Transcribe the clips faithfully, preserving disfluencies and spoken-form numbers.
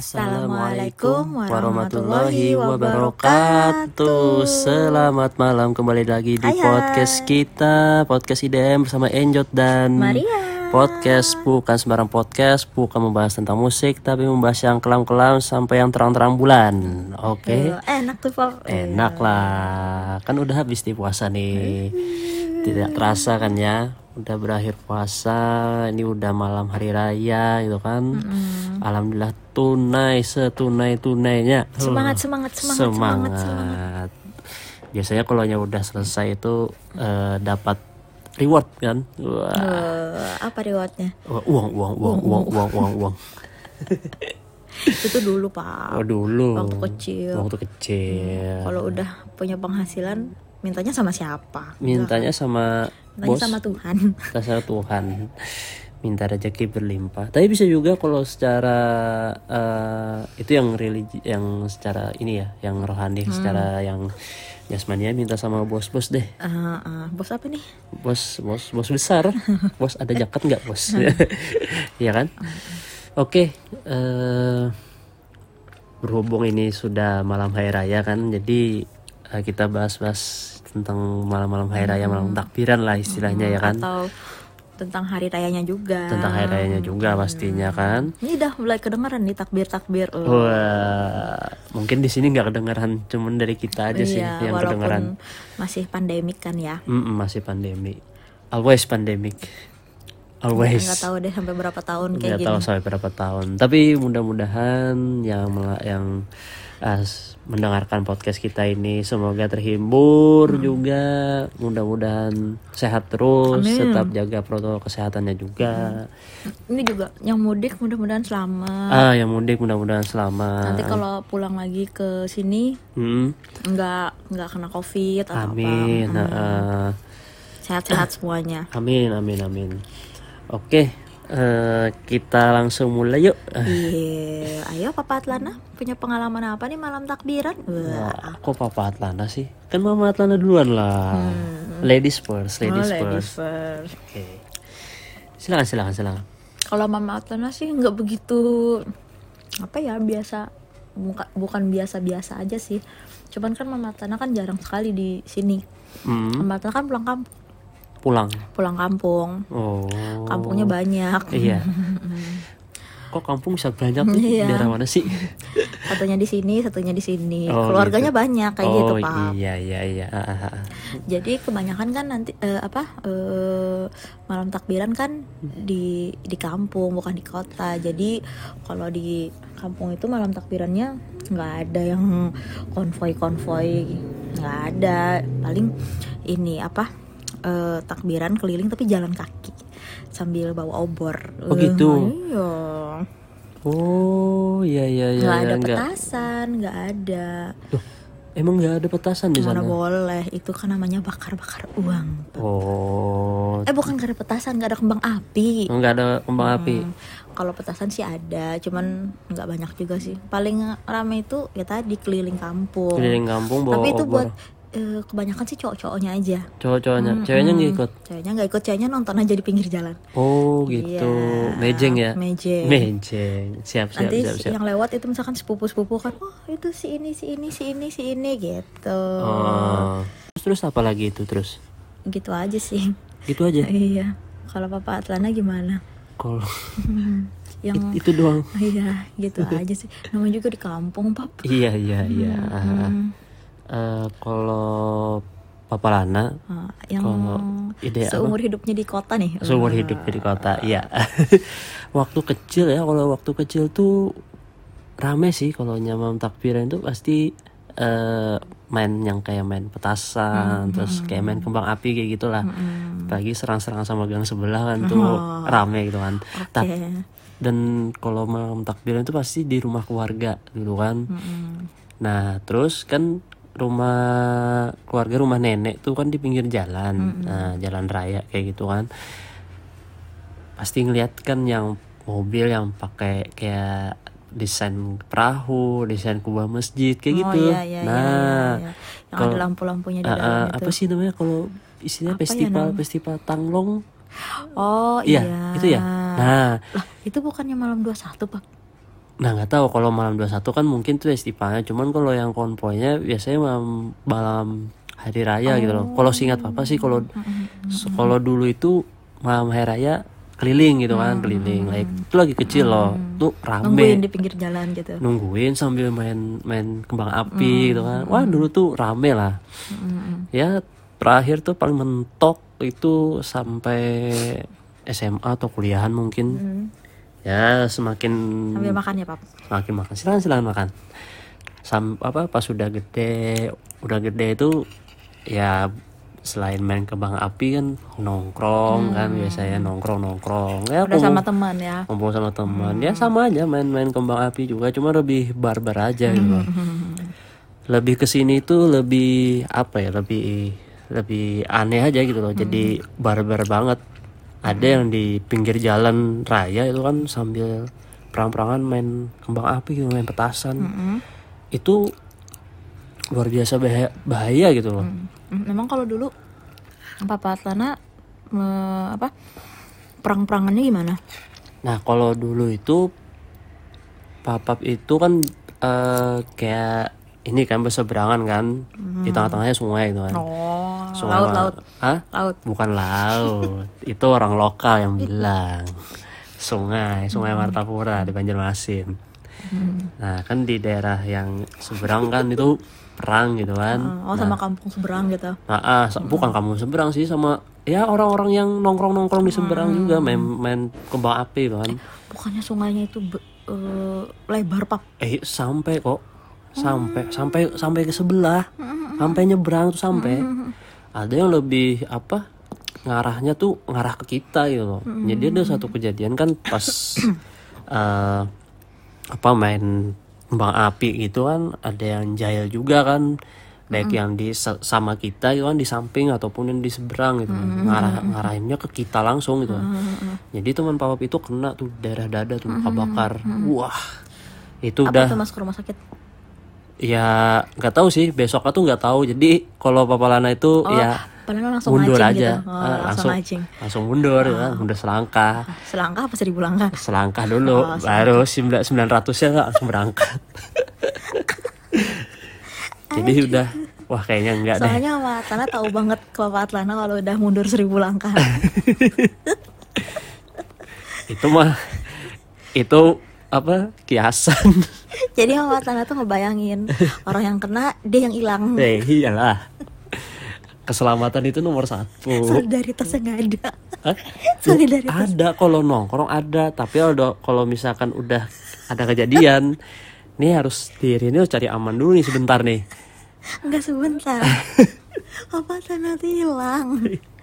Assalamualaikum warahmatullahi wabarakatuh. Selamat malam, kembali lagi di Hai, podcast hai. kita, podcast I D M bersama Enjot dan Maria. Podcast bukan sembarang podcast, bukan membahas tentang musik, tapi membahas yang kelam-kelam sampai yang terang-terang bulan. Oke, Tuh, enak tuh Pop. enak lah. Kan udah habis nih puasa nih. Tidak terasa kan ya, udah berakhir puasa. Ini udah malam hari raya gitu kan. Mm-mm. Alhamdulillah tunai setunai tunainya. Semangat, semangat, semangat, semangat, semangat. Biasanya kalau nya udah selesai itu eh, dapat reward kan. Wah. Uh, apa rewardnya? Wah, uang uang uang uang uang uang uang. Itu dulu Pak. Oh dulu. Waktu kecil. Waktu kecil. Kalau udah punya penghasilan, mintanya sama siapa? Mintanya sama Mintanya bos. sama Tuhan. Sama Tuhan. Minta rezeki berlimpah. Tapi bisa juga kalau secara uh, itu yang religi, yang secara ini ya, yang rohani, hmm. secara yang jasmania minta sama bos-bos deh. Uh, uh, bos apa nih? Bos, bos, bos besar. Bos ada jaket nggak bos? Iya kan? Oke. Okay, uh, berhubung ini sudah malam hari raya kan, jadi uh, kita bahas-bahas tentang malam-malam hari raya, malam takbiran lah istilahnya hmm, ya kan? Atau tentang hari rayanya juga. Tentang hari rayanya juga pastinya kan. Ini udah mulai kedengaran nih takbir-takbir. Uh. Wah, mungkin di sini nggak kedengaran, cuman dari kita aja sih iya, yang kedengaran. Masih pandemik kan ya. Mm-mm, masih pandemi. Always pandemic. Always. Nggak tahu deh sampai berapa tahun kayak Nggak gini. tahu sampai berapa tahun. Tapi mudah-mudahan yang yang uh, mendengarkan podcast kita ini semoga terhibur hmm. juga, mudah-mudahan sehat terus. Amin. Tetap jaga protokol kesehatannya juga. hmm. Ini juga yang mudik mudah-mudahan selamat. Ah, yang mudik mudah-mudahan selamat. Nanti kalau pulang lagi ke sini hmm. nggak nggak kena covid atau amin. apa. hmm. uh, Sehat-sehat semuanya. Amin amin amin. Oke. Uh, kita langsung mulai yuk. Iya, ayo Papa Atlana punya pengalaman apa nih malam takbiran? Wah, kok Papa Atlana sih? Kan Mama Atlana duluan lah. Hmm. Ladies first, ladies oh, first. Ladies first. Oke. Okay. Silakan, silakan, silakan. Kalau Mama Atlana sih nggak begitu apa ya, biasa, buka, bukan biasa-biasa aja sih. Cuman kan Mama Atlana kan jarang sekali di sini. Hmm. Mama Atlana kan pulang kampung. Pulang pulang kampung. Oh. Kampungnya banyak. Iya. Kok kampung bisa banyak nih? Iya. Daerah mana sih? Satunya di sini, satunya di sini. Oh, keluarganya gitu. Banyak kayak oh, gitu, Pak. Iya, iya, iya. Jadi kebanyakan kan nanti uh, apa? Uh, malam takbiran kan di di kampung, bukan di kota. Jadi kalau di kampung itu malam takbirannya nggak ada yang konvoy-konvoy, nggak ada. Paling ini apa? Uh, takbiran keliling tapi jalan kaki sambil bawa obor. Oh gitu. Uh, iya. Oh iya iya iya. Nggak ada petasan, nggak ada. Loh, emang nggak ada petasan di sana? Mana boleh, itu kan namanya bakar-bakar uang. Oh. Eh bukan, nggak ada petasan, nggak ada kembang api. Nggak ada kembang hmm. api. Kalau petasan sih ada, cuman nggak banyak juga sih. Paling ramai itu ya tadi keliling kampung. Keliling kampung bawa Tapi itu obor. buat Uh, kebanyakan sih cowok-cowoknya aja. Cowok-cowoknya, hmm, ceweknya hmm. nggak ikut? Ceweknya nggak ikut, ceweknya nonton aja di pinggir jalan. Oh gitu, yeah. Mejeng ya? Mejeng. Mejeng, siap siap. Nanti siap, siap. yang lewat itu misalkan sepupu-sepupu kan, oh itu si ini si ini si ini si ini gitu. Oh. Terus terus apa lagi itu terus? Gitu aja sih. Gitu aja. Iya. Kalau Papa Atlana gimana? Kalau yang It, itu doang. Iya, gitu aja sih. Namanya juga di kampung, Pap. Iya iya iya. Hmm. Uh, kalau Papa Lana uh, yang ide seumur apa? hidupnya di kota nih. Seumur uh. hidupnya di kota, iya. Waktu kecil ya, kalau waktu kecil tuh rame sih kalau nyamam takbiran itu pasti uh, main yang kayak main petasan, mm-hmm. terus kayak main kembang api kayak gitulah. Mm-hmm. Pagi serang-serang sama gang sebelah kan tuh oh. rame gitu kan. Okay. Ta- dan kalau malam takbiran itu pasti di rumah keluarga dulu kan. Mm-hmm. Nah, terus kan rumah keluarga, rumah nenek tuh kan di pinggir jalan, mm-hmm. nah, jalan raya kayak gitu kan. Pasti ngeliat kan yang mobil yang pakai kayak desain perahu, desain kubah masjid kayak oh, gitu. Iya, iya, nah, iya, iya, iya. Yang kalo, ada lampu-lampunya di dalam uh, itu. Apa sih namanya kalau istilahnya apa festival, ya, festival Tanglong? Oh iya, iya. Itu ya. Nah, lah itu bukannya malam dua puluh satu Pak? Nah nggak tahu kalau malam dua puluh satu kan mungkin tuh festivalnya, cuman kalau yang konvoynya biasanya malam, malam hari raya gitu loh. Kalau seingat papa sih kalau kalau dulu itu malam hari raya keliling gitu kan, keliling. Like, itu lagi kecil loh, tuh rame. Nungguin di pinggir jalan gitu. Nungguin sambil main main kembang api gitu kan. Wah dulu tuh rame lah. Ya terakhir tuh paling mentok itu sampai S M A atau kuliahan mungkin. Ya semakin Sambil makan ya, Pap. semakin makan, silakan silakan makan. Sam apa pas sudah gede, udah gede itu ya selain main kembang api kan nongkrong kan, biasanya nongkrong nongkrong ya Udah kumpul- sama teman ya. kumpul sama teman. Ya sama aja main-main kembang api juga, cuma lebih barbar aja gitu. Lebih kesini tuh lebih apa ya, lebih lebih aneh aja gitu loh. Jadi barbar banget. Ada yang di pinggir jalan raya itu kan sambil perang-perangan main kembang api gitu, main petasan. Itu luar biasa bahaya, bahaya gitu loh. Hmm, Memang kalau dulu Papa Atlana me- apa perang-perangannya gimana? Nah kalau dulu itu papap itu kan eh, kayak ini kan berseberangan kan, di tengah-tengahnya sungai gitu kan. Oh, Sungai laut Ma- laut Hah? laut. Bukan laut. Itu orang lokal yang bilang. Sungai, Sungai Martapura di Banjarmasin. Nah, kan di daerah yang seberang kan itu perang gitu kan. Oh, sama kampung seberang gitu. Nah, ah, sa- bukan kamu seberang sih, sama ya orang-orang yang nongkrong-nongkrong di seberang juga main main kembang api gitu kan. Bukannya sungainya itu be- eh, lebar, Pap? Eh, sampai kok. Sampai sampai sampai ke sebelah. Sampai nyebrang tuh sampai. Ada yang lebih apa? Ngarahnya tuh ngarah ke kita gitu loh. Jadi ada satu kejadian kan pas eh, apa main kembang api gitu kan, ada yang jahil juga kan, baik yang di sa- sama kita gitu kan di samping ataupun yang di seberang gitu, ngarah ngarahinnya ke kita langsung gitu. Jadi teman papap itu kena tuh daerah dada tuh, luka bakar. Wah itu Apa udah itu masuk rumah sakit? ya nggak tahu sih, besoknya tuh nggak tahu. Jadi kalau Papa Lana itu ya Padahal langsung mundur mancing aja. gitu. Oh, Ah, langsung langsung mancing. langsung mundur ya, mundur selangkah. Selangkah apa seribu langkah? Selangkah dulu, Oh, baru sembilan sembilan ratus ya langsung berangkat. Jadi udah, wah kayaknya enggak deh. Soalnya Pak Atlana tahu banget kalau Pak Atlana kalau udah mundur seribu langkah. Itu mah itu apa kiasan. Jadi Pak Atlana tuh ngebayangin orang yang kena dia yang hilang. Eh iyalah, keselamatan itu nomor satu. Solidaritasnya nggak ada. Hah? Solidaritas. Ada kalau nongkrong ada, tapi kalau kalau misalkan udah ada kejadian, nih harus diri ini harus cari aman dulu nih sebentar nih. Enggak sebentar. Apa Atlana tuh hilang.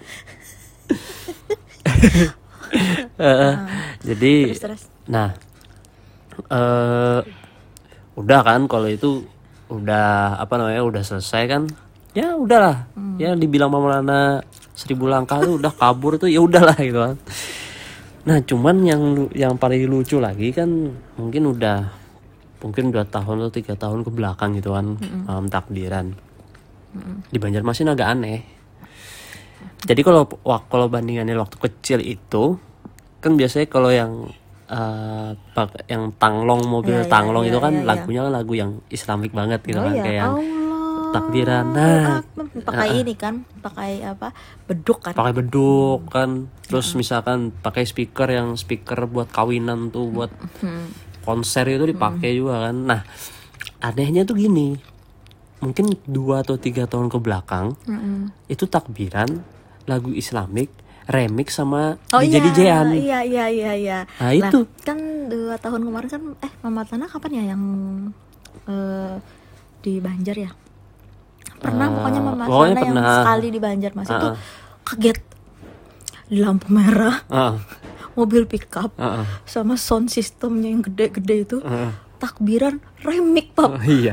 Eh, jadi, Terus terus. nah, eh udah kan kalau itu udah apa namanya udah selesai kan, ya udahlah, ya dibilang Mama Lana seribu langkah tuh udah kabur tuh ya udahlah gitu kan. Nah cuman yang yang paling lucu lagi kan mungkin udah mungkin dua tahun atau tiga tahun ke belakang gitu kan, malam takbiran di Banjarmasin agak aneh. Jadi kalau wak- kalau bandingannya waktu kecil itu kan biasanya kalau yang eh, pak- yang tanglong mobil Iya, iya, tanglong iya, itu kan iya, iya. lagunya kan lagu yang Islamik banget gitu Oh kan, iya, kayak yang Allah. takbiran. Nah, pakai ini kan, pakai apa? Beduk kan. pakai beduk kan, terus misalkan pakai speaker yang speaker buat kawinan tuh, buat konser itu dipakai juga kan. Nah anehnya tuh gini, mungkin dua atau tiga tahun ke belakang itu takbiran lagu Islamik remix sama Oh D J iya, D J-an. iya iya iya iya. Nah, itu. kan dua tahun kemarin kan eh Mama Atlana kapan ya yang eh, di Banjar ya? Pernah Eh, pokoknya Mama pokoknya Atlana yang pernah. sekali di Banjar Mas itu Ah, ah. kaget. Di lampu merah, Ah, mobil pickup ah, ah. sama sound systemnya yang gede-gede itu. Ah, ah. Takbiran remix, Pap. Oh, iya.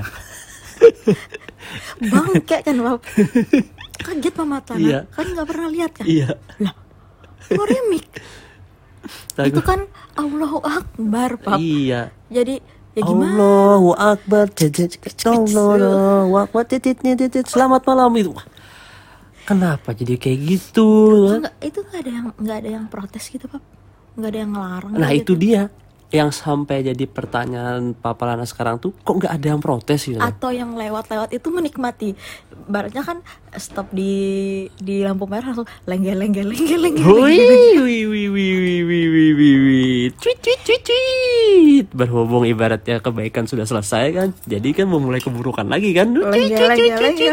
Bangke kan, Pap. Kaget Mama Atlana. Iya. Kan nggak pernah lihat kan? Iya. Lah, kok remix? Lagu- Itu kan Allahu Akbar, Pap. Iya. Jadi ya gimana? Allahu Akbar, jejet, Allahu Akbar, titit, titit, selamat malam itu. Wah, kenapa jadi kayak gitu? Enggak, itu nggak ada yang nggak ada yang protes gitu, Pap. Nggak ada yang ngelarang. Nah gitu. itu dia. yang sampai jadi pertanyaan Papa Lana sekarang tuh kok nggak ada yang protes gitu. Atau yang lewat-lewat itu menikmati. Baratnya kan stop di di lampu merah langsung lenggel lenggel lenggel lenggel. Wih, wih, wih, wih, wih, wih, wih, wih, wih. Tweet, tweet, tweet, tweet. Berhubung ibaratnya kebaikan sudah selesai kan, jadi kan memulai keburukan lagi kan. Lenggel lenggel lenggel.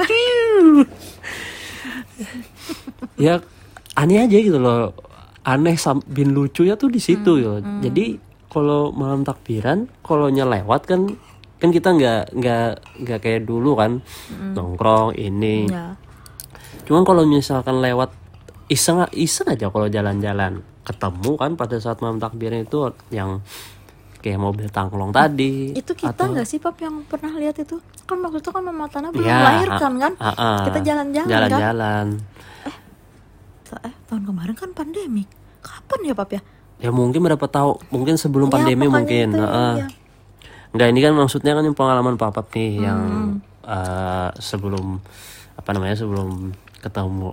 Ya aneh aja gitu loh. Aneh sambil lucunya tuh di situ hmm, gitu. Hmm. Jadi kalau malam takbiran, kalau nyelewat kan kan kita nggak nggak nggak kayak dulu kan mm. nongkrong ini. Ya. Cuman kalau misalkan lewat iseng iseng aja kalau jalan-jalan ketemu kan pada saat malam takbiran itu yang kayak mobil tangklong tadi. Itu kita nggak sih Pap yang pernah lihat itu? Kan waktu itu kan Mama Tana belum ya, melahirkan kan? A- a- a. Kita jalan-jalan kan? Jalan-jalan. Eh, eh tahun kemarin kan pandemi. Kapan ya Pap ya? Ya mungkin berapa tahun, mungkin sebelum ya, pandemi mungkin. Itu, uh, ya. Enggak, ini kan maksudnya kan yang pengalaman Papa nih hmm. yang uh, sebelum apa namanya sebelum ketemu.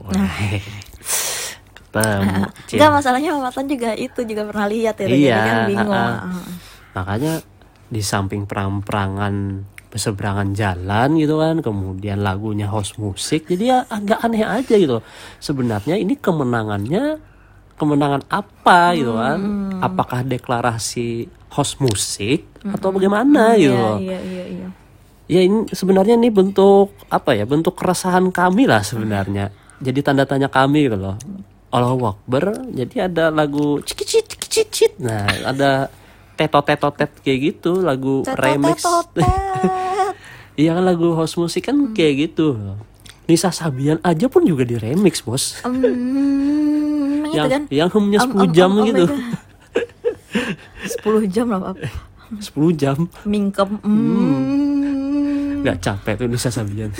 ketemu. Enggak, masalahnya Mama Tan juga itu juga pernah lihat ya, iya, jadi kan bingung. Uh, uh. Makanya di samping perang-perangan berseberangan jalan gitu kan, kemudian lagunya house musik, jadi ya agak aneh aja gitu. Sebenarnya ini kemenangannya kemenangan apa gitu kan? Hmm. Apakah deklarasi host musik hmm. atau bagaimana hmm, gitu? Iya, iya, iya. Ya ini sebenarnya ini bentuk apa ya? Bentuk keresahan kami lah sebenarnya. Hmm. Jadi tanda tanya kami gitu loh. Allahu Akbar. Jadi ada lagu cikicit cikicit. Nah, ada tetot-tetot kayak gitu, lagu tetot, remix. Iya kan lagu host musik kan hmm. kayak gitu. Nisa Sabian aja pun juga di remix, Bos. Um. yang kan? yang hemnya sepuluh um, um, jam um, gitu. sepuluh jam lah, Pak. sepuluh jam. Mingkem. Mm. Gak capek tuh Nisa Sabian.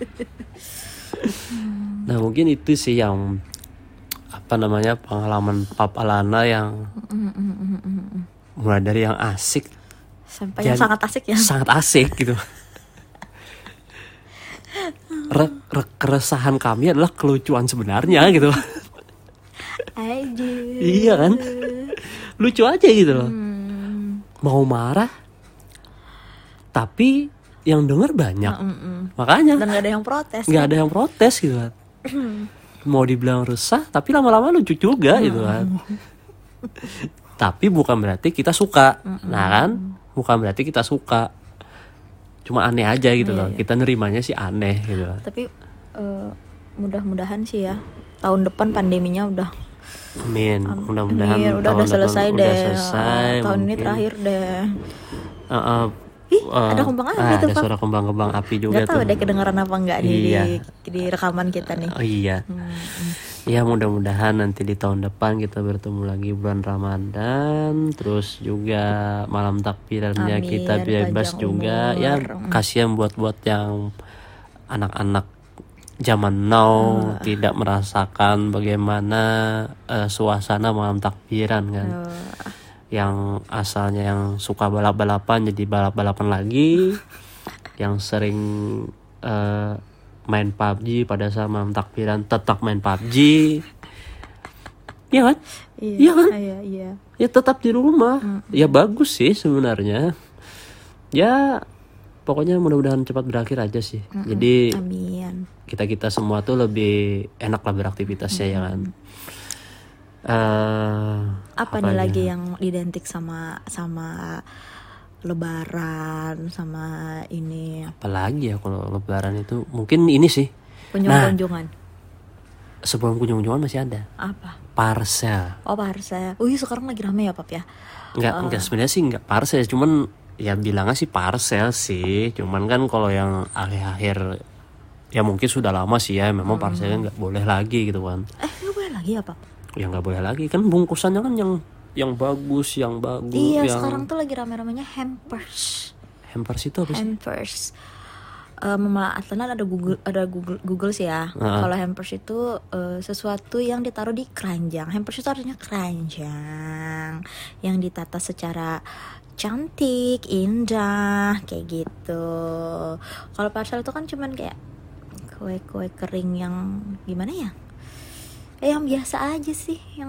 Nah, mungkin itu sih yang apa namanya pengalaman Papa Lana yang mulai dari yang asik sampai yang sangat asik ya. Sangat asik gitu. Re- re- keresahan kami adalah kelucuan sebenarnya gitu. Aduh. Iya kan, lucu aja gitu loh. Hmm. Mau marah, tapi yang denger banyak, mm-mm. makanya. Dan nggak ada yang protes. Nggak kan? Ada yang protes gitu kan. Mau dibilang resah, tapi lama-lama lucu juga mm. gitu kan. Tapi bukan berarti kita suka, mm-mm. nah kan, bukan berarti kita suka. Cuma aneh aja gitu iya, loh. Iya. Kita nerimanya sih aneh gitu. Tapi uh, mudah-mudahan sih ya tahun depan pandeminya udah. Amin. Mudah-mudahan Amin. Udah, udah selesai depan, deh. Udah selesai. Tahun mungkin. Ini terakhir deh. Uh, uh, Ih, uh, ada kembang api ah, tuh, ada Pak. Suara kembang-kembang api juga. Gak tahu tuh. deh kedengaran apa enggak nih iya. di, di rekaman kita nih. Oh iya. Hmm. Ya mudah-mudahan nanti di tahun depan kita bertemu lagi bulan Ramadan, terus juga malam takbirannya Amin, kita bebas juga. Umur. Ya kasihan buat-buat yang anak-anak zaman now uh. tidak merasakan bagaimana uh, suasana malam takbiran kan. Uh. Yang asalnya yang suka balap-balapan jadi balap-balapan lagi. Yang sering uh, main P U B G pada saat malam takbiran tetap main P U B G. Iya kan? Iya, iya kan? Iya, iya. Ya tetap di rumah. Mm-hmm. Ya bagus sih sebenarnya. Ya pokoknya mudah-mudahan cepat berakhir aja sih. Mm-hmm. Jadi Amin. Kita-kita semua tuh lebih enak lah beraktivitasnya mm-hmm. ya kan. Uh, apa, apa nih lagi yang identik sama sama Lebaran sama ini? Apalagi ya kalau Lebaran itu mungkin ini sih. Kunjung-kunjungan. Nah, sebelum kunjung-kunjungan masih ada. Apa? Parsel. Oh parsel. Oh iya sekarang lagi rame ya Pap ya? Enggak, uh. enggak sebenarnya sih enggak parsel, cuman ya bilangnya sih parsel sih. Cuman kan kalau yang akhir-akhir ya mungkin sudah lama sih ya memang hmm. parselnya nggak boleh lagi gitu kan. Eh nggak boleh lagi ya Pap? Ya nggak boleh lagi kan bungkusannya kan yang yang bagus, yang bagus. Iya yang... sekarang tuh lagi rame-ramenya hampers. Hampers itu apa sih? Hampers. Uh, Mama Atlana ada Google ada Google Google sih ya. Uh-huh. Kalau hampers itu uh, sesuatu yang ditaruh di keranjang. Hampers itu artinya keranjang yang ditata secara cantik, indah, kayak gitu. Kalau parcel itu kan cuman kayak kue-kue kering yang gimana ya? Eh, yang biasa aja sih, yang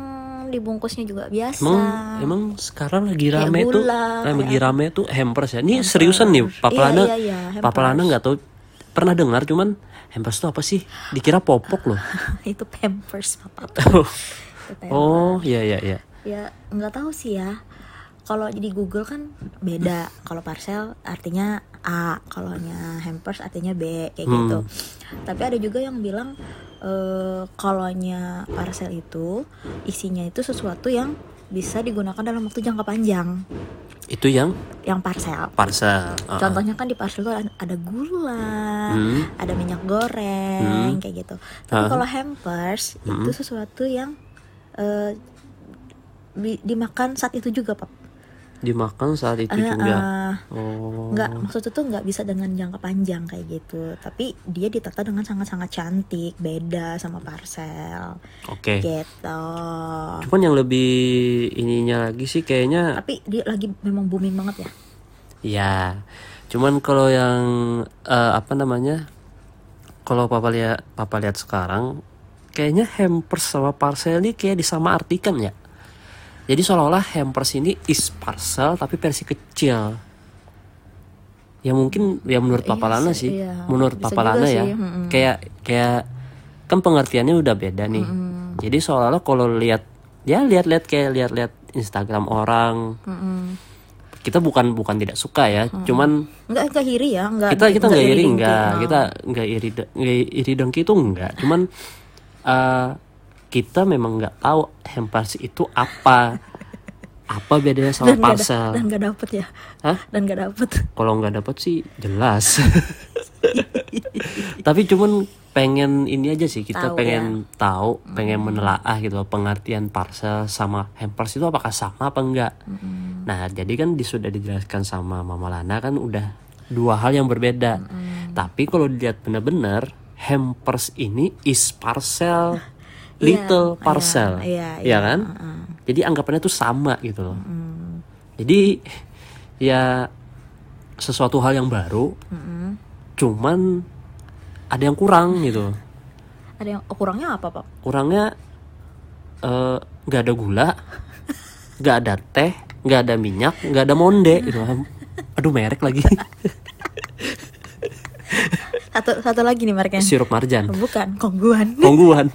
yang dibungkusnya juga biasa. Emang emang sekarang lagi Kayak rame tuh, gula, lagi kayak rame tuh hampers ya. Ini hampers. seriusan nih, Papa Lana. Iya, iya, iya, hampers. Papa Lana nggak tahu, pernah dengar cuman hampers tuh apa sih? Dikira popok loh. Itu pampers papa. Oh, iya iya iya. Ya nggak tahu sih ya. Kalau di Google kan beda. Kalau parcel artinya A, kalau hampers artinya B kayak Hmm. gitu. Tapi ada juga yang bilang eh kalaunya parcel itu isinya itu sesuatu yang bisa digunakan dalam waktu jangka panjang. Itu yang Yang parcel. parcel. Uh-uh. Contohnya kan di parcel itu ada, ada gula, Hmm. ada minyak goreng Hmm. kayak gitu. Tapi Hah? kalau hampers Hmm. itu sesuatu yang eh, di- dimakan saat itu juga, Pak. Dimakan saat itu Eh, juga. eh, Oh. Nggak, maksudnya tuh nggak bisa dengan jangka panjang kayak gitu. Tapi dia ditata dengan sangat-sangat cantik, beda sama parcel. Oke. Gitu. Cuman yang lebih ininya lagi sih kayaknya Tapi dia lagi memang booming banget ya. ya. Cuman kalau yang eh, apa namanya? Kalau Papa lihat Papa lihat sekarang kayaknya hampers sama parcel ini kayak disamaartikan ya. Jadi seolah-olah hampers ini is parcel tapi versi kecil. Ya mungkin ya menurut Iya Papa Lana sih, sih, iya. menurut Bisa Papa juga Lana ya. sih, mm-mm. Kayak kayak kan pengertiannya udah beda nih. Jadi seolah-olah kalau lihat ya lihat-lihat kayak lihat-lihat Instagram orang, Mm-mm. kita bukan bukan tidak suka ya, cuman Nggak nggak iri ya, nggak kita kita nggak iri dengki, enggak, no. kita nggak iri de- nggak iri dengki itu enggak, cuman eh, kita memang nggak tahu hampers itu apa, apa bedanya sama dan nggak da- parcel. dan nggak dapet ya. Hah? Dan nggak dapet. Kalau nggak dapet sih jelas. Tapi cuman pengen ini aja sih, kita Tahu pengen tahu, pengen menelaah gitu pengertian parcel sama hampers itu apakah sama apa enggak. Nah jadi kan di, sudah dijelaskan sama Mama Lana kan udah dua hal yang berbeda. Tapi kalau dilihat benar-benar hampers ini is parcel, little Iya, parcel, iya, ya iya, kan? uh-uh. Jadi anggapannya tuh sama gitu loh. Jadi ya sesuatu hal yang baru, cuman ada yang kurang gitu. Ada yang oh, kurangnya apa, Pak? Kurangnya eh, nggak ada gula, nggak ada teh, nggak ada minyak, nggak ada monde gitu. Aduh merek lagi. Satu satu lagi nih mereknya. Sirup marjan, Bukan, Kongguan. kongguan.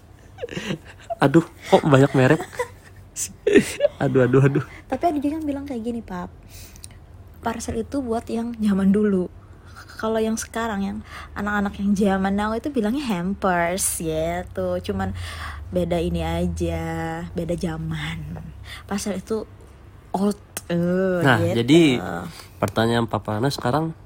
Aduh kok banyak merek. Aduh aduh aduh. Tapi ada juga yang bilang kayak gini, Pak. Parcel itu buat yang zaman dulu. Kalau yang sekarang yang anak-anak yang zaman now itu bilangnya hampers gitu. Cuman beda ini aja, beda zaman. Parcel itu old. Uh, Nah gitu. jadi pertanyaan Papa Lana sekarang,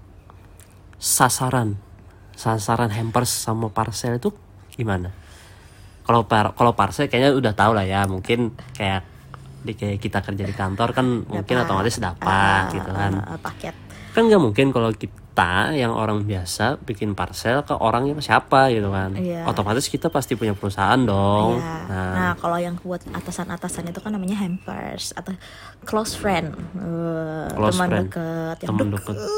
sasaran sasaran hampers sama parcel itu gimana? Kalau par kalau parcel kayaknya udah tahu lah ya, mungkin kayak di kayak kita kerja di kantor kan mungkin Dapat. otomatis dapat Ah, gitu kan. ah, ah, paket. Kan nggak mungkin kalau kita yang orang biasa bikin parcel ke orang yang siapa gitu kan. Iya. Otomatis kita pasti punya perusahaan dong. Iya. Nah, Nah, kalau yang buat atasan-atasan itu kan namanya hampers atau close friend. Uh, Close teman friend. dekat yang temen deket deket.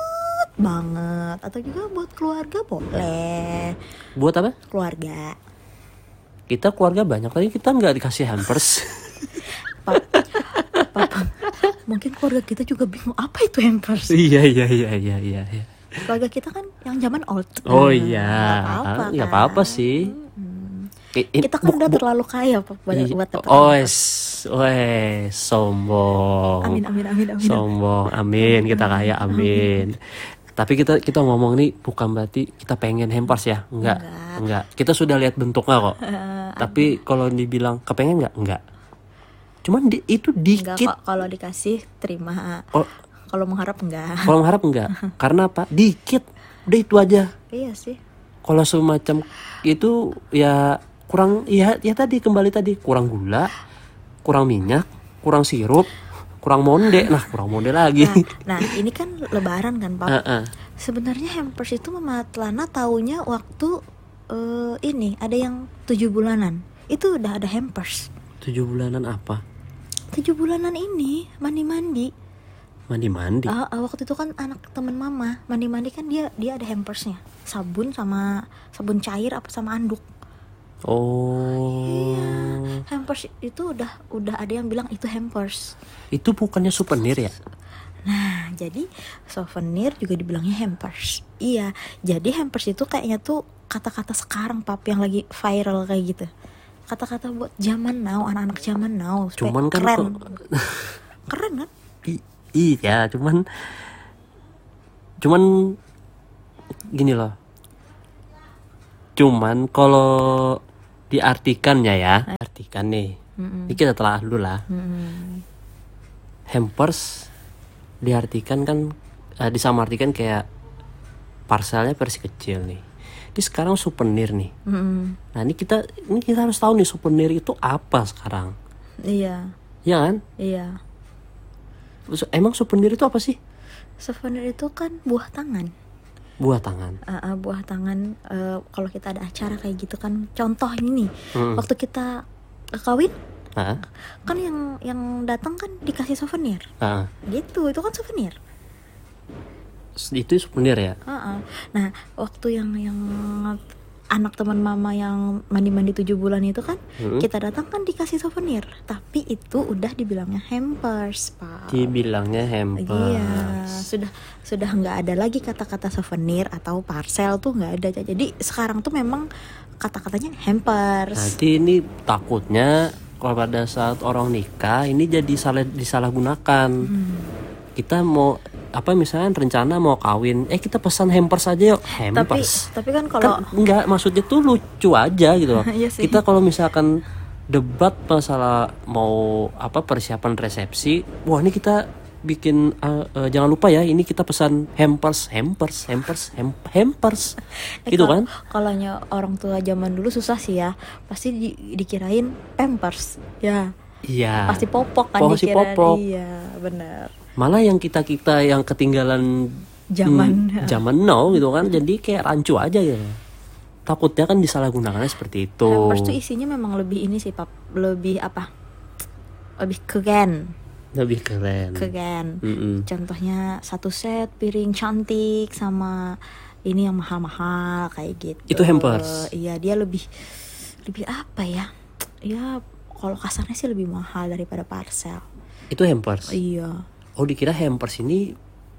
banget atau juga buat keluarga boleh. Buat apa? Keluarga. Kita keluarga banyak tapi kita nggak dikasih hampers. Pa- Papa, mungkin keluarga kita juga bingung apa itu hampers. Iya iya iya iya iya. iya. Keluarga kita kan yang zaman old. Oh Nah, iya, nggak apa-apa, nggak kan. apa-apa sih. I- i- Kita kan bu- udah bu- terlalu kaya, Pak, buat, i- buat dapet Oh, hampers. es- wes, sombong. Amin amin amin amin. Sombong, amin, kita kaya, amin. Tapi kita kita ngomong nih bukan berarti kita pengen hampers ya, enggak, Enggak. enggak. Kita sudah lihat bentuknya kok. Eh, Tapi kalau dibilang kepengen nggak, enggak. Cuman di, itu enggak dikit. kok, kalau dikasih terima. Kalau Kalau mengharap enggak. kalau mengharap enggak, karena apa? Dikit, udah itu aja. Iya sih. Kalau semacam itu ya kurang, ya ya tadi kembali tadi kurang gula, kurang minyak, kurang sirup, kurang monde. Nah kurang monde lagi. Nah, nah ini kan lebaran kan, Pak. Heeh. Sebenarnya hampers itu Mama Lana taunya waktu eh, ini ada yang tujuh bulanan. Itu udah ada hampers. Tujuh bulanan apa? Tujuh bulanan ini mandi-mandi. Mandi-mandi. Ah, ah, waktu itu kan anak temen Mama mandi-mandi kan dia dia ada hampersnya. Sabun sama sabun cair apa sama anduk. Oh. Iya, hampers itu udah udah ada yang bilang itu hampers. Itu bukannya souvenir ya? Nah, jadi souvenir juga dibilangnya hampers. Iya, jadi hampers itu kayaknya tuh kata-kata sekarang pap yang lagi viral kayak gitu. Kata-kata buat zaman now, anak-anak zaman now. supaya Cuman kan keren. kok- Keren kan? I- iya, cuman cuman gini loh. Cuman kalau diartikannya ya, artikan nih. Ini kita telah dulu lah. Mm-mm. Hampers diartikan kan eh, disamartikan kayak parcelnya versi kecil nih. Ini sekarang souvenir nih. Mm-mm. Nah, ini kita ini kita harus tahu nih souvenir itu apa sekarang. Iya, Ya kan? iya. Terus, emang souvenir itu apa sih? Souvenir itu kan buah tangan. Buah tangan. Uh, uh, buah tangan uh, kalau kita ada acara kayak gitu kan, contoh ini nih, Mm-mm. waktu kita uh, kawin Hah? kan yang yang datang kan dikasih souvenir Ah, gitu, itu kan souvenir. itu souvenir ya? Uh-uh. Nah, waktu yang yang anak teman mama yang mandi-mandi tujuh bulan itu kan, Hmm. kita datang kan dikasih souvenir, tapi itu udah dibilangnya hampers, Pak. Dibilangnya hampers. Iya, sudah sudah nggak ada lagi kata-kata souvenir atau parcel tuh nggak ada. Jadi sekarang tuh memang kata-katanya hampers. Nanti ini takutnya kalau pada saat orang nikah ini jadi salah disalahgunakan. Hmm. Kita mau apa misalnya rencana mau kawin, eh kita pesan hampers aja yuk. Tapi Hampers. tapi kan kalau Kan enggak, maksudnya tuh lucu aja gitu loh. Iya sih. Kita kalau misalkan debat masalah mau apa persiapan resepsi, wah ini kita bikin uh, uh, jangan lupa ya ini kita pesan hampers, hampers, hampers, hem- hampers, eh, gitu kalau- kan? kalau nya orang tua zaman dulu susah sih ya, pasti di- dikirain pampers, ya Iya. pasti popok kan Pasti dikirain. popok. Iya, benar. Malah yang kita kita yang ketinggalan Zaman. hmm, zaman now gitu kan, jadi kayak rancu aja gitu. Takutnya kan disalahgunakannya seperti itu. Hampers tuh isinya memang lebih ini sih, Pap. Lebih apa? Lebih keren, Lebih keren. keren. Mm-mm. Contohnya satu set piring cantik sama ini yang mahal-mahal kayak gitu. Itu hampers. Iya, dia lebih lebih apa ya? Ya kalau kasarnya sih lebih mahal daripada parcel. Itu hampers. Iya. Oh, dikira hampers ini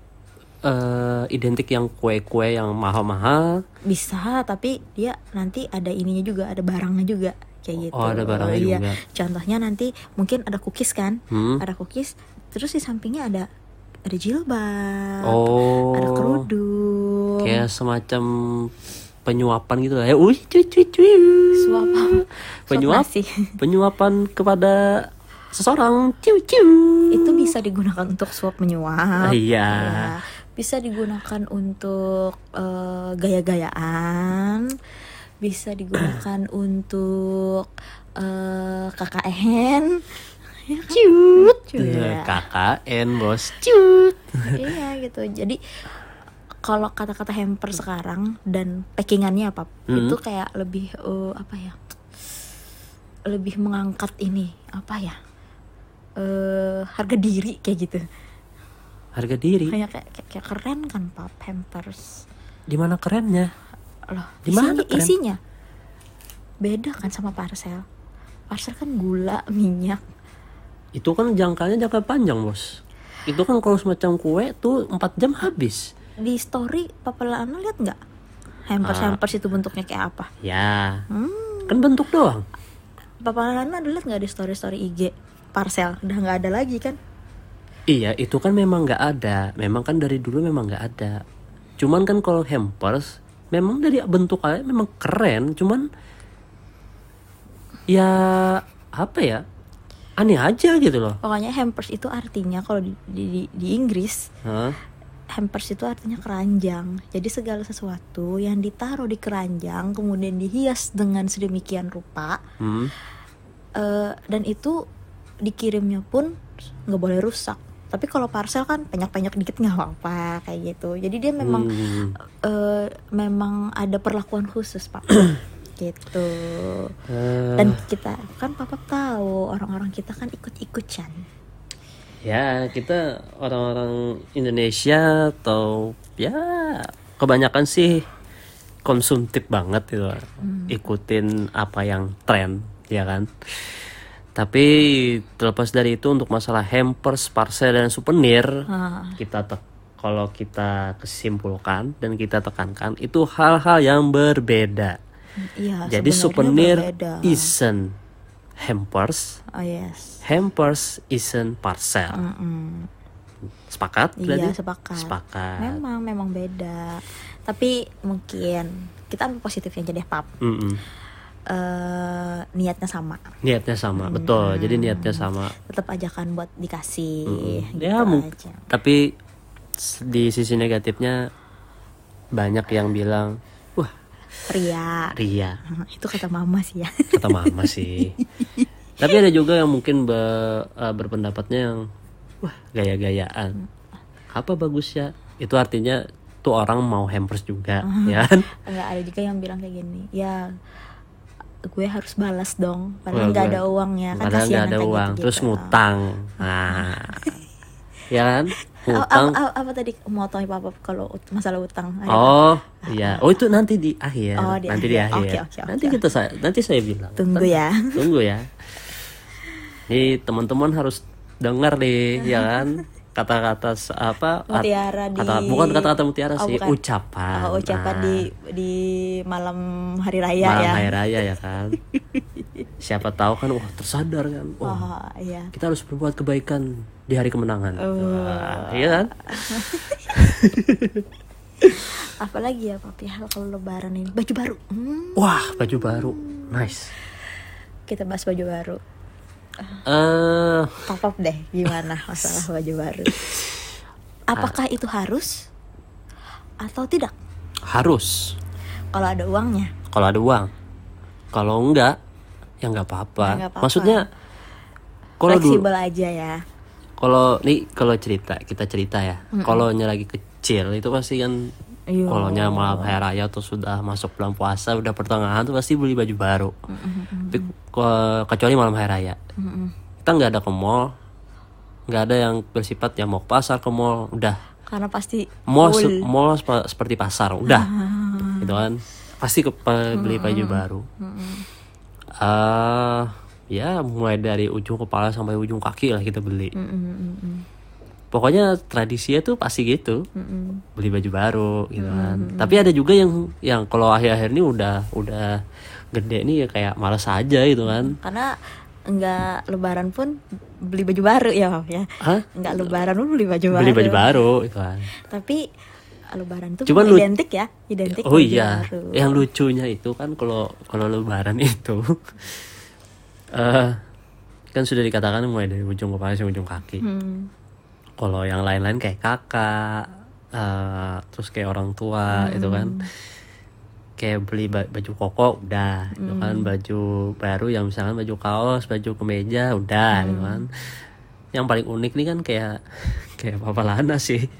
eh identik yang kue-kue yang mahal-mahal. Bisa, tapi dia nanti ada ininya juga, ada barangnya juga kayak gitu. Oh, ada barangnya Iya. juga. Contohnya nanti mungkin ada cookies kan? Hmm. Ada cookies, terus di sampingnya ada ada jilbab, Oh. ada kerudung. Kayak semacam penyuapan gitu lah ya. Wih, cuy cuy cuy. Suap Penyuap. nasi. Penyuapan kepada seseorang. Ciu ciu. Itu bisa digunakan untuk suap menyuap. Iya. Ya. Bisa digunakan untuk eh, gaya-gayaan. Bisa digunakan untuk eh, K K N. Ya kan? Ciut. Iya. K K N bos. Ciut. Iya gitu. Jadi kalau kata-kata hamper sekarang dan packingannya apa, Hmm. itu kayak lebih eh, apa ya? Lebih mengangkat ini apa ya? Eh harga diri kayak gitu. Harga diri. Kayak kayak, kayak, kayak keren kan Pap, hampers. Di mana kerennya? Loh, Di mana isinya, keren? isinya beda kan sama parcel. Parcel kan gula, minyak. Itu kan jangkanya jangka panjang bos. Itu kan kalau semacam kue tuh empat jam habis. Di story Papa Lana lihat nggak? Hampers Ah. hampers itu bentuknya kayak apa? Ya. Hmm. Kan bentuk doang. Papa Lana ada lihat nggak di story story I G parcel? Udah nggak ada lagi kan? Iya, itu kan memang nggak ada. Memang kan dari dulu memang nggak ada. Cuman kan kalau hampers, memang dari bentukannya memang keren. Cuman ya apa ya? Aneh aja gitu loh. Pokoknya hampers itu artinya kalau di, di, di, di Inggris, Hah? hampers itu artinya keranjang. Jadi segala sesuatu yang ditaruh di keranjang kemudian dihias dengan sedemikian rupa, Hmm. eh, dan itu dikirimnya pun nggak boleh rusak. Tapi kalau parcel kan penyok-penyok dikit nggak apa-apa kayak gitu. Jadi dia memang Hmm. eh, memang ada perlakuan khusus Pak. Gitu. Eh, Dan kita kan Papa tahu orang-orang kita kan ikut-ikutan. ya kita orang-orang Indonesia atau ya kebanyakan sih konsumtif banget gitu, hmm. ikutin apa yang tren, ya kan. Tapi terlepas dari itu, untuk masalah hampers, parcel dan souvenir, hmm. kita te- kalau kita kesimpulkan dan kita tekankan, itu hal-hal yang berbeda. Iya, jadi souvenir berbeda. isn't hampers, oh, yes. hampers isn't parcel. Mm-mm. Sepakat? Berarti? Iya, sepakat. Sepakat. Memang, memang beda. Tapi mungkin kita ambil positifnya aja deh, Pap. Mm-mm. Uh, niatnya sama. Niatnya sama, hmm. betul. Jadi niatnya sama. Tetap ajakan buat dikasih. Mm-mm. Gitu ya, mung- aja. Tapi di sisi negatifnya banyak yang bilang, wah, ria. Ria. Itu kata mama sih ya. Kata mama sih. Tapi ada juga yang mungkin be- uh, berpendapatnya yang, wah, gaya-gayaan. Apa bagusnya? Itu artinya tuh orang mau hampers juga, ya kan? Enggak, ada juga yang bilang kayak gini. Ya, gue harus balas dong, padahal nggak ada uangnya, kan padahal nggak ada kayak uang, gitu, terus gitu. ngutang, nah, ya kan, ngutang. Apa, apa, apa tadi motongnya Papa kalau masalah utang? Oh, iya, oh itu nanti di akhir, oh, di nanti akhir. di akhir, okay, okay, nanti okay. kita saya, nanti saya bilang. Tunggu ya, tunggu ya. Nih teman-teman harus dengar nih, ya kan? Kata-kata apa? Mutiara kata, di bukan kata-kata mutiara oh, sih, bukan. ucapan. Oh, ucapan nah. di di malam hari raya malam ya. hari raya ya kan. Siapa tahu kan, wah tersadar kan. Wah, oh, iya. kita harus berbuat kebaikan di hari kemenangan. Oh. Wah, iya kan? Apalagi ya Papi, hal kalau lebaran ini baju baru. Hmm. Wah, baju baru, nice. Kita bahas baju baru. Uh, Pop-up deh, gimana masalah baju baru? Apakah uh, itu harus atau tidak? Harus. Kalau ada uangnya. Kalau ada uang. Kalau enggak, ya nggak apa-apa. Ya, apa-apa. Maksudnya, kalau fleksibel aja ya. Kalau nih, kalau cerita kita cerita ya. Kalau lagi kecil itu pasti kan. Kalau nya malam hari raya atau sudah masuk bulan puasa, udah pertengahan tuh pasti beli baju baru. Mm-hmm. Tapi kecuali malam hari raya, mm-hmm. kita nggak ada ke mall, nggak ada yang bersifat yang mau ke pasar ke mall, udah. Karena pasti mall se- mall sp- seperti pasar, udah, ah. gitu kan, pasti ke beli baju mm-hmm. baru. Mm-hmm. Uh, ya mulai dari ujung kepala sampai ujung kaki lah kita beli. Mm-hmm. Pokoknya tradisinya tuh pasti gitu, mm-mm. beli baju baru gitu kan. Mm-mm. Tapi ada juga yang yang kalau akhir-akhir ini udah udah gede nih ya kayak malas aja gitu kan. Karena enggak lebaran pun beli baju baru ya, Mam ya. Hah? Enggak lebaran pun beli baju baru. Beli baju baru gitu kan. Tapi lebaran itu lu- identik ya, identik. Oh iya, baru. Yang lucunya itu kan kalau kalau lebaran itu uh, kan sudah dikatakan mulai dari ujung kepala sampai ujung kaki. Hmm. Kalau yang lain-lain kayak kakak, uh, terus kayak orang tua, hmm. itu kan, kayak beli baju koko, udah, hmm. itu kan baju baru yang misalkan baju kaos, baju kemeja, udah, hmm. gitu kan. Yang paling unik nih kan kayak kayak Papa Lana sih,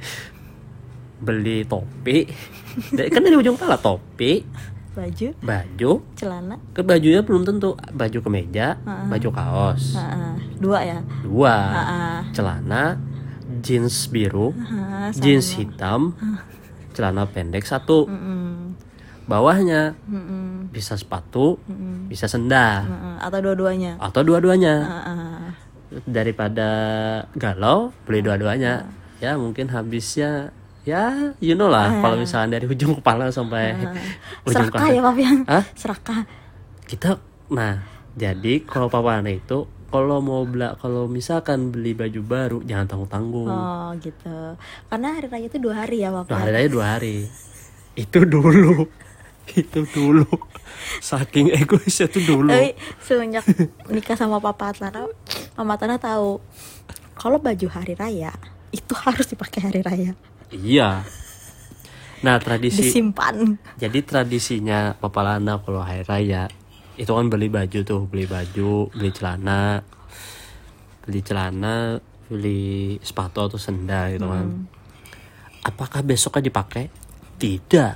beli topi, kan dari ujung kepala topi, baju, baju, celana, ke bajunya belum tentu baju kemeja, uh-uh. baju kaos, uh-uh. dua ya, dua, uh-uh. celana. Jeans biru, uh, jeans hitam, uh. celana pendek satu, mm-mm. bawahnya mm-mm. bisa sepatu, mm-mm. bisa sendal, mm-mm. atau dua-duanya, atau dua-duanya. Uh-uh. Daripada galau beli dua-duanya, uh. ya mungkin habisnya ya you know lah, uh. kalau misalnya dari ujung kepala sampai uh. ujung serakah ya Papa yang, Hah? serakah. Kita, nah jadi kalau Papa Ana itu kalau mau bela, kalau misalkan beli baju baru jangan tanggung-tanggung. Oh gitu. Karena hari raya itu dua hari ya Bapak. Nah, hari raya dua hari. Itu dulu. Itu dulu. Saking egoisnya itu dulu. Tapi semenjak nikah sama Papa Atlana, Mama Atlana tahu kalau baju hari raya itu harus dipakai hari raya. Iya. Nah tradisi. Disimpan. Jadi tradisinya Papa Lana kalau hari raya itu kan beli baju tuh, beli baju, beli celana, beli celana, beli sepatu atau sendal gitu kan. Hmm. Apakah besoknya dipakai? Tidak.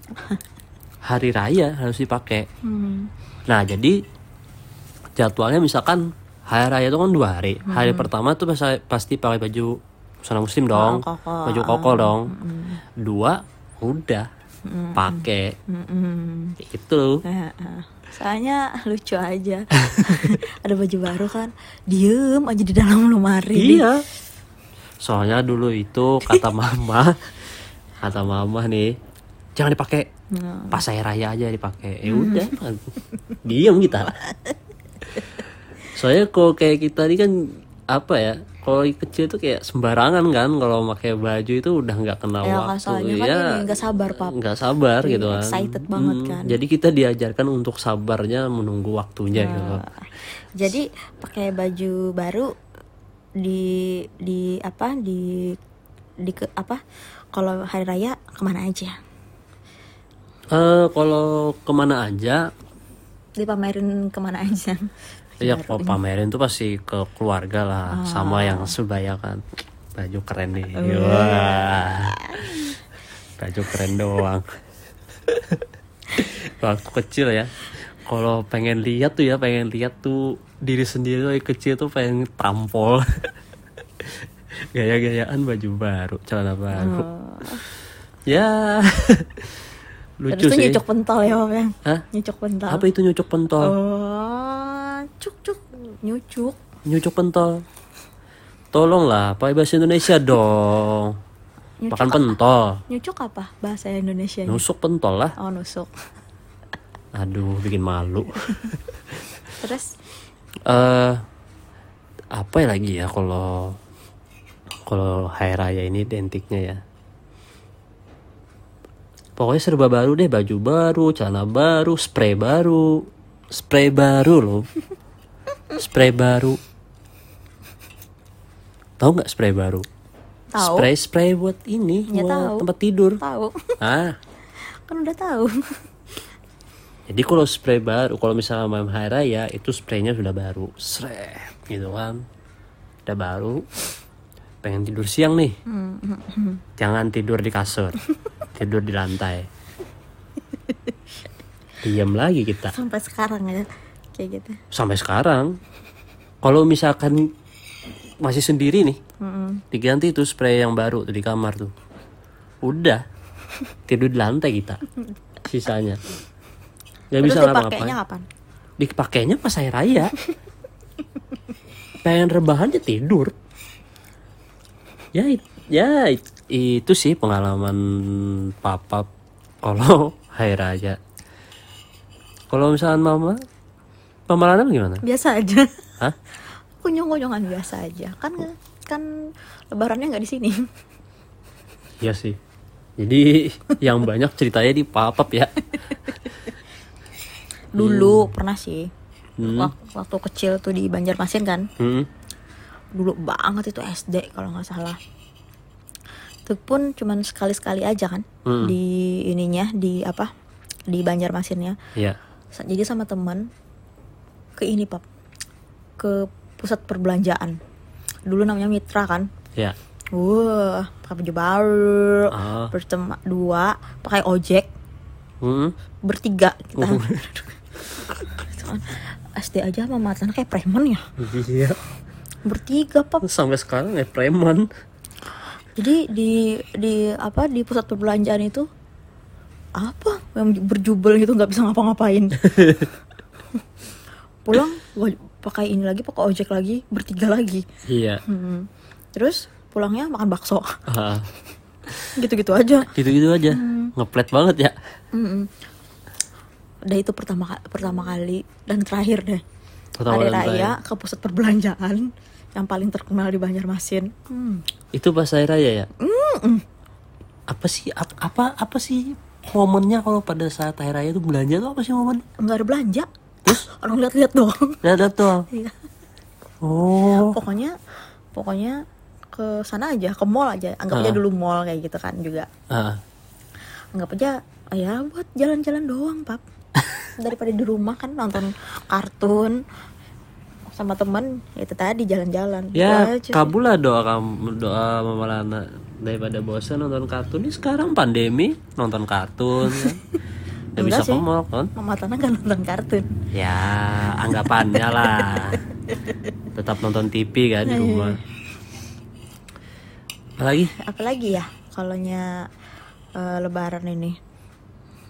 Hari raya harus dipakai. Hmm. Nah jadi jadwalnya misalkan hari raya itu kan dua hari. Hmm. Hari pertama tuh pasti pakai baju busana muslim dong, oh, koko. baju koko dong. Hmm. Dua udah Mm-mm. pakai. Mm-mm. Itu Nah, ah. Soalnya lucu aja. Ada baju baru kan, diem aja di dalam lemari. iya. Soalnya dulu itu kata mama, kata mama nih, jangan dipakai. Hmm. Pas hari raya aja dipakai. Ya udah, diam kita. Soalnya kalau kayak kita ini kan apa ya? Kalau kecil tuh kayak sembarangan kan, kalau pakai baju itu udah nggak kenal Ya, waktu. soalnya kan ya, ini nggak sabar, Pap. Nggak sabar Iya, gitu kan. excited banget kan. Jadi kita diajarkan untuk sabarnya menunggu waktunya Nah, gitu. Jadi pakai baju baru di di apa di di ke, apa kalau hari raya kemana aja? Eh kalau kemana aja? Dipamerin kemana aja? Ya kalau pamerin tuh pasti ke keluarga lah, Ah. sama yang sebaya kan. Baju keren nih. Wah. Baju keren doang. Waktu kecil ya. Kalau pengen lihat tuh ya, pengen lihat tuh diri sendiri tuh kecil tuh pengen tampol. Gaya-gayaan baju baru, celana baru. Oh. Ya. Lucu Terus tuh sih. nyucuk pentol ya, Om, ya? Hah? Nyucuk pentol. Apa itu nyucuk pentol? Oh, cuk cuk nyucuk. Nyucuk pentol. Tolonglah, pakai bahasa Indonesia dong. Nyucuk Makan apa? pentol. Nyucuk apa bahasa Indonesia? Nusuk pentol lah. Oh, nusuk. Aduh, bikin malu. Terus Eh apa ya lagi ya kalau kalau hari raya ini identiknya ya. Pokoknya serba baru deh, baju baru, celana baru, spray baru. Spray baru loh. Spray baru. Tahu nggak spray baru? tahu? Spray spray buat ini, Ya, buat tahu. tempat tidur. Tahu. Ah, Kan udah tahu. jadi kalau spray baru, kalau misalnya malam hari raya itu spraynya sudah baru, sret gitu kan, udah baru. Pengen tidur siang nih, jangan tidur di kasur, tidur di lantai. Diam lagi kita Sampai sekarang ya kayak gitu. sampai sekarang. Kalau misalkan masih sendiri nih, Mm-mm. diganti tuh spray yang baru tuh di kamar tuh, udah tidur di lantai kita sisanya. Gak Terus bisa dipakainya ngapa-ngapain. kapan? Dipakainya pas hari raya. Pengen rebahan aja tidur. Ya, it- ya it- itu sih pengalaman papa kalau hari raya. Kalau misalnya mama, mama Lana gimana? Biasa aja. Hah? Kunyung-kunyungan biasa aja. Kan kan lebarannya nggak di sini. Iya sih. Jadi yang banyak ceritanya di papap ya. Dulu pernah sih. Hmm. Wak- Waktu kecil tuh di Banjarmasin kan. Hmm. Dulu banget itu S D kalau nggak salah. Itu pun cuman sekali-sekali aja kan. Hmm. Di ininya di apa? Di Banjarmasinnya. Iya. Sa- Jadi sama teman ke ini, Pap. Ke pusat perbelanjaan. Dulu namanya Mitra kan. Ya. Wah, pakai baju baru, Ah. bertema dua, pakai ojek, Hmm. bertiga kita. Oh. Itu kan S D aja sama matanya kayak preman ya. Iya. Bertiga, Pap. Sampai sekarang ya preman. Jadi di di apa di pusat perbelanjaan itu apa yang berjubel gitu nggak bisa ngapa-ngapain. Pulang gua pakai ini lagi, pakai ojek lagi, bertiga lagi. Iya. Hmm. Terus pulangnya makan bakso. Ah. Gitu-gitu aja. Gitu-gitu aja. Ngeplet banget ya. Mm-mm. Udah itu pertama ka- pertama kali dan terakhir deh. Pertama Hari dan raya ke pusat perbelanjaan yang paling terkenal di Banjarmasin. Hmm. Itu pas hari raya ya? Apa sih ap- apa apa sih momennya kalau pada saat hari raya itu belanja tuh apa sih momen? Nggak ada belanja. Terus orang lihat-lihat doang. Lihat tuh. Iya. Oh. Pokoknya pokoknya ke sana aja, ke mall aja. Anggap aja Ah. dulu mall kayak gitu kan juga. Ah. Anggap aja ya buat jalan-jalan doang, Pap. Daripada di rumah kan nonton kartun sama teman, itu tadi jalan-jalan. Ya, Itu aja sih. kabul lah doa kamu, doa Mama Lana daripada bosan nonton kartun. Ini sekarang pandemi, nonton kartun kan. Gak bisa Enggak ke sih. mall kan? Mama Tana kan nonton kartun. Ya, anggapannya lah. Tetap nonton T V kan di rumah. Apalagi? Apalagi ya kalonya eh, lebaran ini.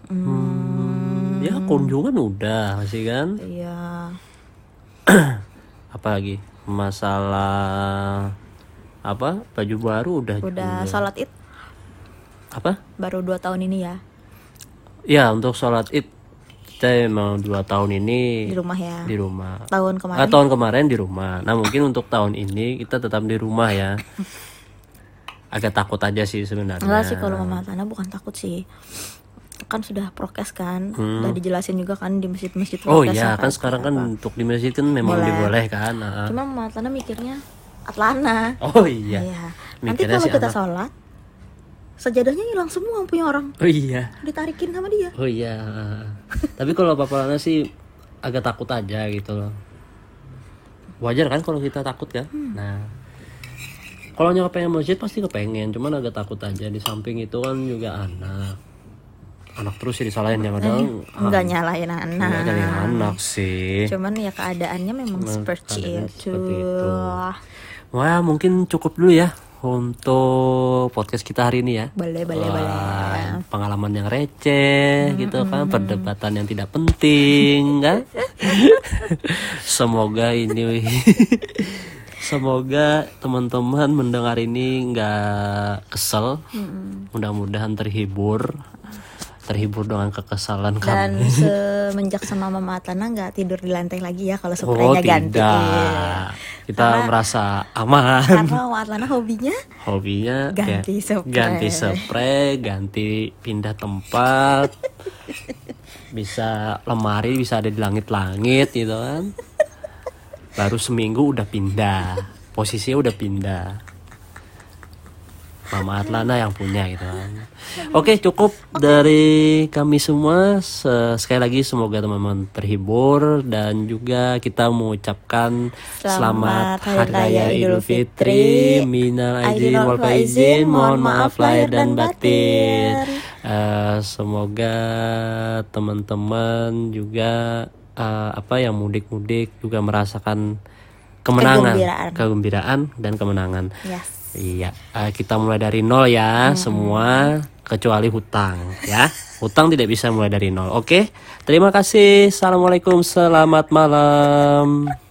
Hmm, ya kunjungan udah masih kan. Iya. Apa lagi? Masalah apa? Baju baru udah. Udah juga. sholat id Apa? baru dua tahun ini ya Ya untuk sholat id kita emang dua tahun ini di rumah ya. di rumah. Tahun kemarin. Ah, tahun kemarin di rumah. Nah mungkin untuk tahun ini kita tetap di rumah ya. Agak takut aja sih sebenarnya. Enggak sih kalau Mama Atlana bukan takut sih. Kan sudah prokes kan, Hmm. udah dijelasin juga kan di masjid-masjid Oh prokesnya iya kan sekarang kan apa. untuk di masjid kan memang Boleh. dibolehkan. Nah. Cuma Mama Atlana mikirnya Atlana. Oh iya. Iya. Nanti Mikirnya kalau si kita anak. sholat, sajadahnya hilang semua punya orang, Oh iya. ditarikin sama dia. Oh iya. Tapi kalau Papa Lana sih agak takut aja gitu loh. Wajar kan kalau kita takut kan? Hmm. Nah, kalau nyokap pengen masjid pasti kepengen, cuman agak takut aja. Di samping itu kan juga anak, anak terus sih disalahin ya padahal. Enggak nyalain anak. Enggak nyalahin anak sih. Cuman ya keadaannya memang Memang seperti keadaannya itu. seperti itu. Wah mungkin cukup dulu ya untuk podcast kita hari ini ya. Boleh, boleh, Wah, boleh. pengalaman yang receh gitu kan, perdebatan yang tidak penting kan. Semoga ini semoga teman-teman mendengar ini nggak kesel. Mudah-mudahan terhibur. Terhibur dengan kekesalan Dan kami. semenjak sama Mama Atlana nggak tidur di lantai lagi ya kalau Oh spraynya ganti. tidak, kita Karena- merasa aman. Karena Mama Atlana hobinya Hobinya Ganti kayak spray. ganti spray, ganti pindah tempat, bisa lemari bisa ada di langit-langit gitu kan. Baru seminggu udah pindah, posisinya udah pindah. Mama Atlana yang punya gitu kan. Oke cukup dari kami semua. Se- Sekali lagi semoga teman-teman terhibur. Dan juga kita mengucapkan Selamat, Hari Raya Idul Fitri. Minal aidin wal faizin. Mohon maaf lahir dan batin. Eh, Semoga teman-teman juga eh, apa yang mudik-mudik juga merasakan kemenangan, Kegembiraan. kegembiraan dan kemenangan. Yes. Iya, eh, kita mulai dari nol ya, semua kecuali hutang ya. Hutang tidak bisa mulai dari nol. Oke, terima kasih. Assalamualaikum, selamat malam.